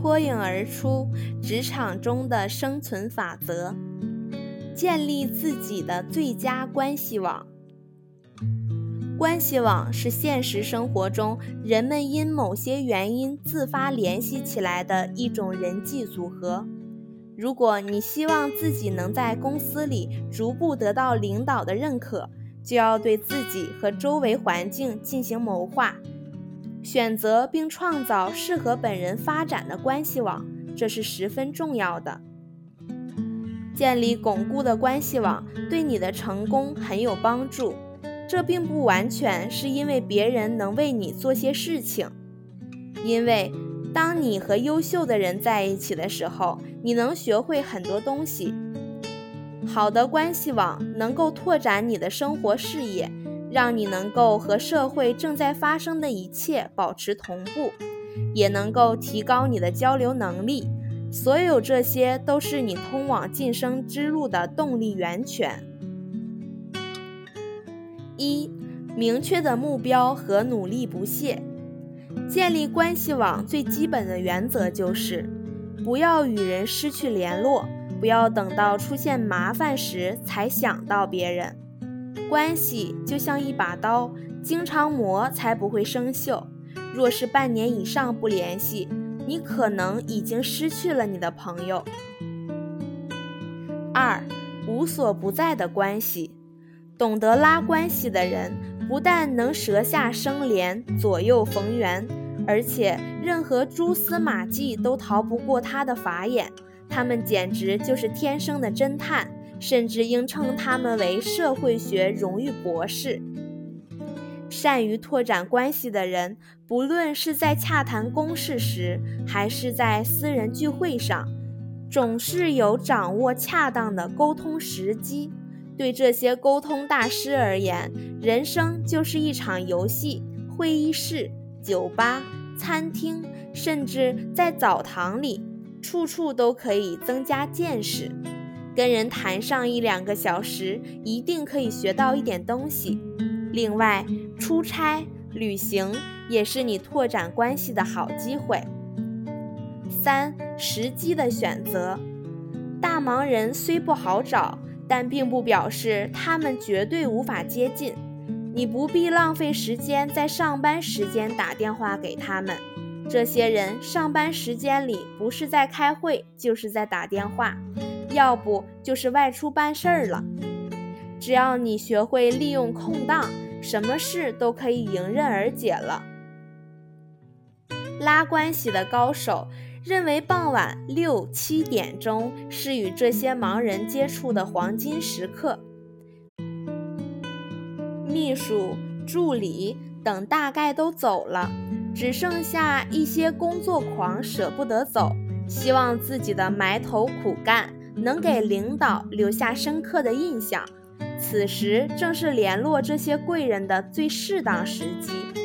脱颖而出职场中的生存法则。建立自己的最佳关系网。关系网是现实生活中人们因某些原因自发联系起来的一种人际组合。如果你希望自己能在公司里逐步得到领导的认可，就要对自己和周围环境进行谋划，选择并创造适合本人发展的关系网，这是十分重要的。建立巩固的关系网对你的成功很有帮助，这并不完全是因为别人能为你做些事情，因为当你和优秀的人在一起的时候，你能学会很多东西。好的关系网能够拓展你的生活视野，让你能够和社会正在发生的一切保持同步，也能够提高你的交流能力。所有这些都是你通往晋升之路的动力源泉。1. 明确的目标和努力不懈。建立关系网最基本的原则就是不要与人失去联络，不要等到出现麻烦时才想到别人。关系就像一把刀，经常磨才不会生锈。若是半年以上不联系，你可能已经失去了你的朋友。2. 无所不在的关系。懂得拉关系的人，不但能舌下生莲，左右逢源，而且任何蛛丝马迹都逃不过他的法眼。他们简直就是天生的侦探，甚至应称他们为社会学荣誉博士。善于拓展关系的人，不论是在洽谈公事时，还是在私人聚会上，总是有掌握恰当的沟通时机。对这些沟通大师而言，人生就是一场游戏，会议室、酒吧、餐厅，甚至在澡堂里，处处都可以增加见识。跟人谈上1-2个小时，一定可以学到一点东西。另外，出差、旅行也是你拓展关系的好机会。3. 时机的选择。大忙人虽不好找，但并不表示他们绝对无法接近。你不必浪费时间在上班时间打电话给他们，这些人上班时间里不是在开会，就是在打电话，要不就是外出办事儿了。只要你学会利用空档，什么事都可以迎刃而解了。拉关系的高手认为傍晚6-7点钟是与这些盲人接触的黄金时刻。秘书、助理等大概都走了，只剩下一些工作狂舍不得走，希望自己的埋头苦干能给领导留下深刻的印象。此时正是联络这些贵人的最适当时机。